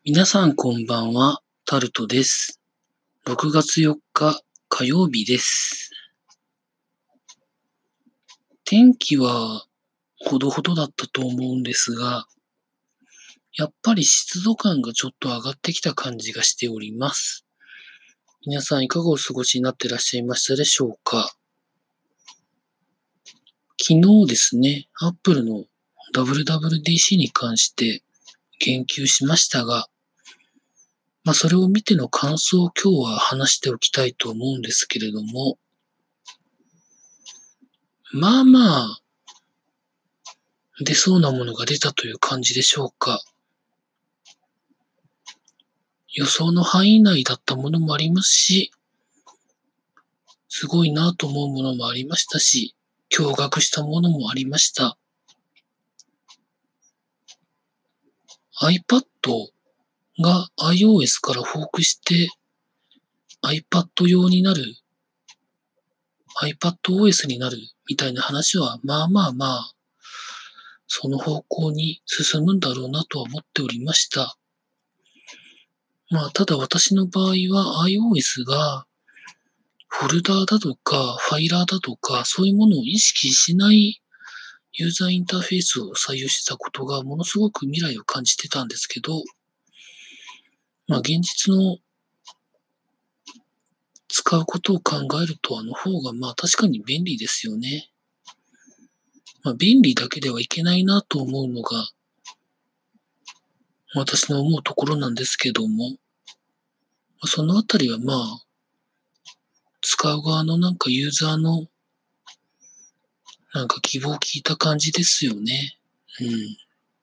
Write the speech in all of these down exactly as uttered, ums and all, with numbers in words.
皆さんこんばんは、タルトです。ろくがつよっか火曜日です。天気はほどほどだったと思うんですが、やっぱり湿度感がちょっと上がってきた感じがしております。皆さんいかがお過ごしになっていらっしゃいましたでしょうか？昨日ですね、アップルの ダブリューダブリューディーシー に関して言及しましたが、まあそれを見ての感想を今日は話しておきたいと思うんですけれども、まあまあ出そうなものが出たという感じでしょうか。予想の範囲内だったものもありますし、すごいなと思うものもありましたし、驚愕したものもありました。iPad が iOS からフォークして iPad 用になる、iPadOS になるみたいな話は、まあまあまあ、その方向に進むんだろうなとは思っておりました。まあ、ただ私の場合は iOS がフォルダーだとか、ファイラーだとか、そういうものを意識しないユーザーインターフェースを採用してたことがものすごく未来を感じてたんですけど、まあ現実の使うことを考えるとあの方がまあ確かに便利ですよね。まあ便利だけではいけないなと思うのが私の思うところなんですけども、そのあたりはまあ使う側のなんかユーザーのなんか希望を聞いた感じですよね。うん。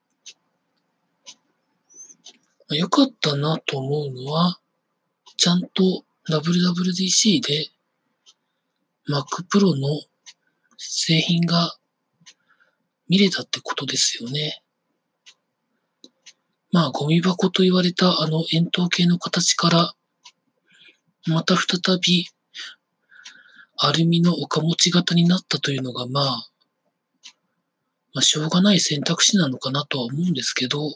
良かったなと思うのは、ちゃんと ダブリューダブリューディーシー で Mac Pro の製品が見れたってことですよね。まあ、ゴミ箱と言われたあの円筒形の形から、また再びアルミの岡持ち型になったというのが、まあ、まあ、しょうがない選択肢なのかなとは思うんですけど、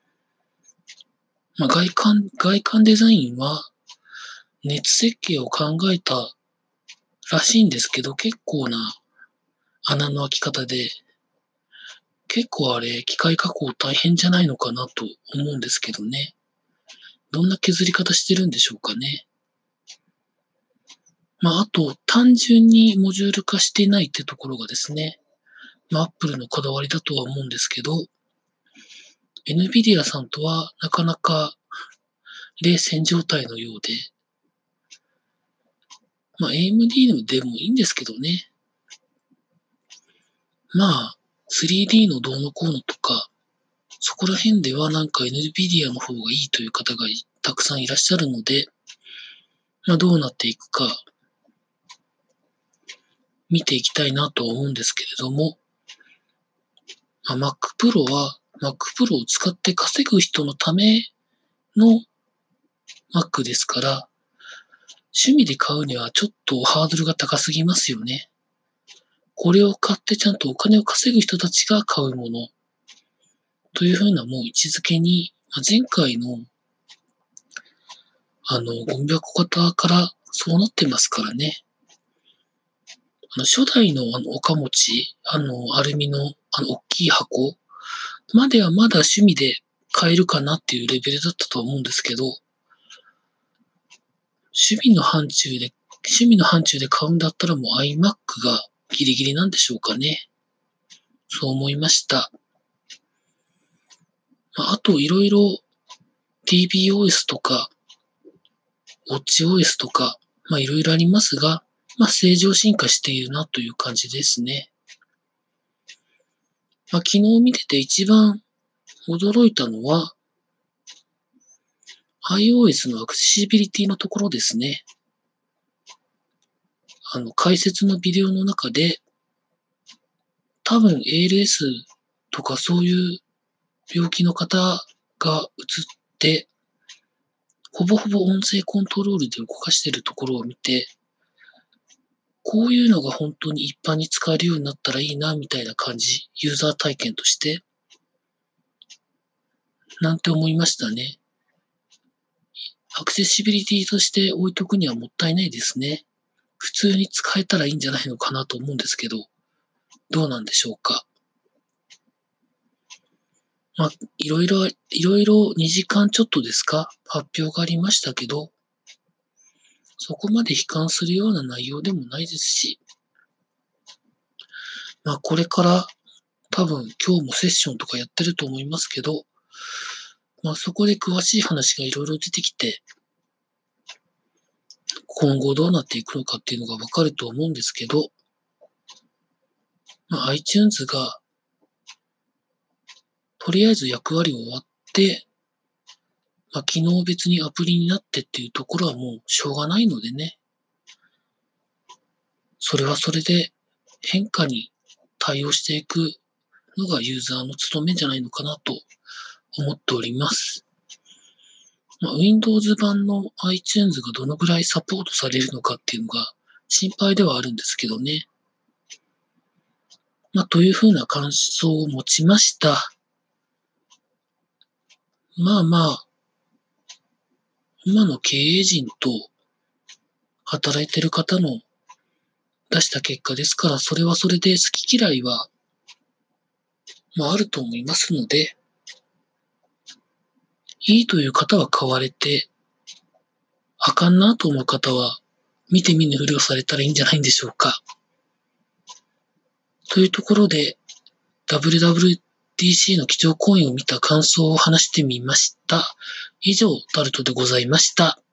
まあ、外観、外観デザインは熱設計を考えたらしいんですけど、結構な穴の開き方で、結構あれ、機械加工大変じゃないのかなと思うんですけどね。どんな削り方してるんでしょうかね。まあ、あと、単純にモジュール化してないってところがですね、まあ、アップルのこだわりだとは思うんですけど、NVIDIA さんとはなかなか冷戦状態のようで、まあ、エーエムディー のでもいいんですけどね、まあ、スリーディー のどうのこうのとか、そこら辺ではなんか NVIDIA の方がいいという方がたくさんいらっしゃるので、まあ、どうなっていくか見ていきたいなとは思うんですけれども、まあ、Mac Pro は Mac Pro を使って稼ぐ人のための Mac ですから、趣味で買うにはちょっとハードルが高すぎますよね。これを買ってちゃんとお金を稼ぐ人たちが買うものというふうなもう位置づけに、まあ前回のあのゴミ箱型からそうなってますからね。あの初代のあの岡持ち、あのアルミのあの大きい箱まではまだ趣味で買えるかなっていうレベルだったと思うんですけど、趣味の範疇で、趣味の範疇で買うんだったらもう iMac がギリギリなんでしょうかね。そう思いました。まあ、あといろいろ tvOS とか watchOS とか、まあいろいろありますが、まあ正常進化しているなという感じですね。まあ昨日見てて一番驚いたのは iOS のアクセシビリティのところですね。あの解説のビデオの中で多分 エーエルエス とかそういう病気の方が映って、ほぼほぼ音声コントロールで動かしているところを見て、こういうのが本当に一般に使えるようになったらいいな、みたいな感じ、ユーザー体験として、なんて思いましたね。 アクセシビリティとして置いとくにはもったいないですね。普通に使えたらいいんじゃないのかなと思うんですけど、どうなんでしょうか。まあ、いろいろ、いろいろにじかんちょっとですか、発表がありましたけど、そこまで悲観するような内容でもないですし、まあ、これから多分今日もセッションとかやってると思いますけど、まあ、そこで詳しい話がいろいろ出てきて、今後どうなっていくのかっていうのがわかると思うんですけど、まあ、iTunes がとりあえず役割を終わって、まあ、機能別にアプリになってっていうところはもうしょうがないのでね、それはそれで変化に対応していくのがユーザーの務めじゃないのかなと思っております。まあ、Windows 版の iTunes がどのぐらいサポートされるのかっていうのが心配ではあるんですけどね。まあ、というふうな感想を持ちました。まあまあ、今の経営陣と働いてる方の出した結果ですから、それはそれで好き嫌いは、まああると思いますので、いいという方は買われて、あかんなと思う方は、見て見ぬふりをされたらいいんじゃないんでしょうか。というところで、ダブリューダブリューディーシー の基調講演を見た感想を話してみました。以上、タルトでございました。